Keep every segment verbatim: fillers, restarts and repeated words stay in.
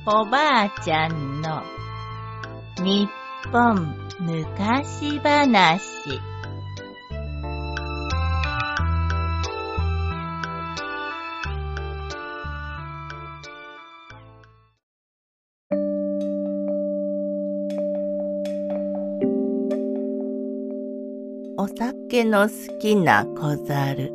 おばあちゃんの日本昔話。お酒の好きな小猿。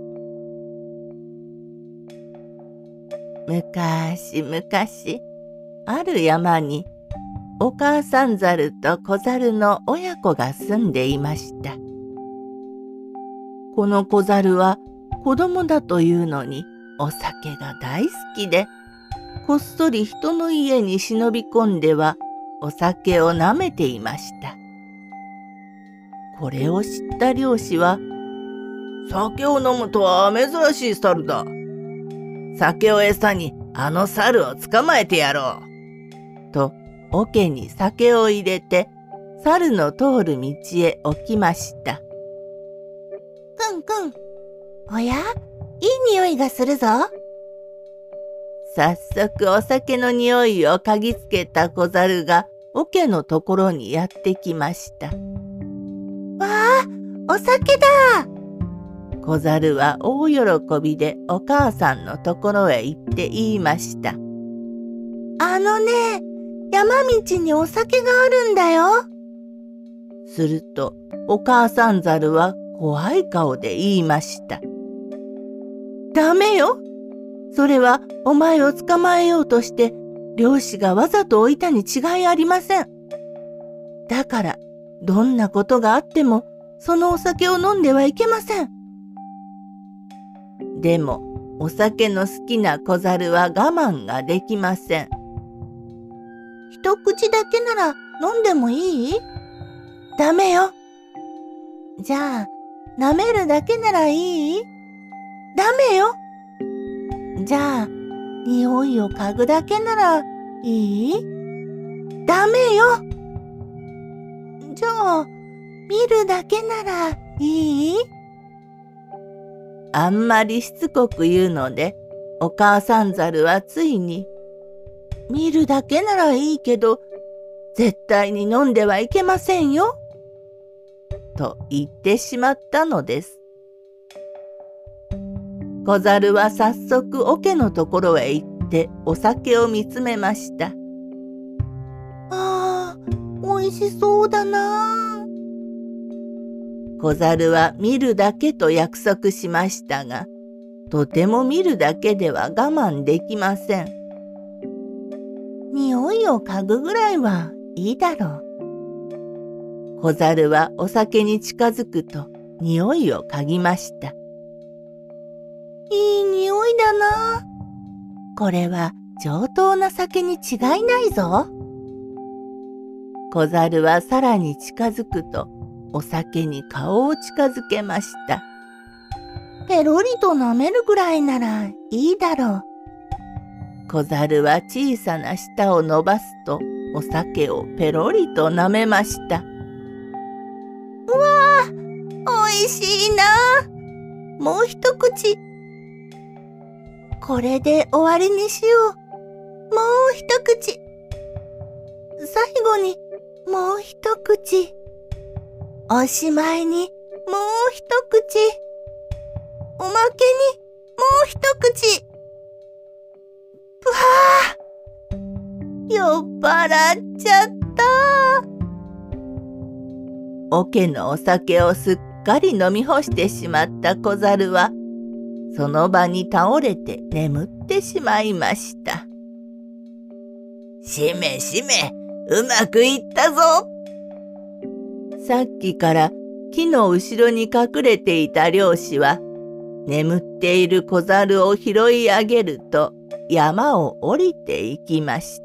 むかしむかし、ある山にお母さん猿と小猿の親子が住んでいました。この小猿は子供だというのにお酒が大好きで、こっそり人の家に忍び込んではお酒をなめていました。これを知った猟師は、酒を飲むとは珍しい猿だ。酒を餌にあの猿を捕まえてやろう。と、桶に酒を入れて、猿の通る道へ置きました。 くんくん、おや、いい匂いがするぞ。 早速お酒の匂いを嗅ぎつけた小猿が桶のところにやってきました。 わあ、お酒だ。 小猿は大喜びでお母さんのところへ行って言いました。 あのね、山道にお酒があるんだよ。 するとお母さん猿は怖い顔で言いました。ダメよ。それはお前を捕まえようとして猟師がわざと置いたに違いありません。だからどんなことがあってもそのお酒を飲んではいけません。でもお酒の好きな小猿は我慢ができません。 一口だけなら飲んでもいい？ダメよ。じゃあ、舐めるだけならいい？ダメよ。じゃあ、匂いを嗅ぐだけならいい？ダメよ。じゃあ、見るだけならいい？ あんまりしつこく言うので、お母さん猿はついに、見るだけならいいけど、絶対に飲んではいけませんよ。と言ってしまったのです。小猿は早速桶のところへ行ってお酒を見つめました。 ああ、おいしそうだな。 小猿は見るだけと約束しましたが、とても見るだけでは我慢できません。 匂いを嗅ぐぐらいはいいだろう。小猿はお酒に近づくと匂いを嗅ぎました。 いい匂いだな。これは上等な酒に違いないぞ。 小猿はさらに近づくとお酒に顔を近づけました。 ペロリと舐めるぐらいならいいだろう。 小猿は小さな舌を伸ばすとお酒をペロリと舐めました。 うわあ、おいしいな。もう一口。これで終わりにしよう。もう一口。最後にもう一口。おしまいにもう一口。おまけにもう一口。ぷはぁ、酔っ払っちゃった。 桶のお酒をすっかり飲み干してしまった小猿は、その場に倒れて眠ってしまいました。しめしめ、うまくいったぞ。さっきから木の後ろに隠れていた猟師は、眠っている小猿を拾い上げると山を降りていきました。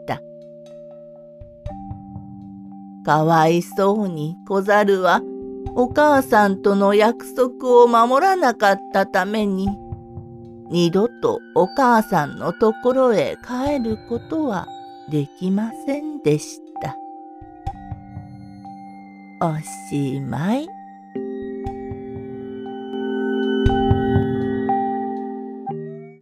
かわいそうに小猿はお母さんとの約束を守らなかったために、二度とお母さんのところへ帰ることはできませんでした。おしまい。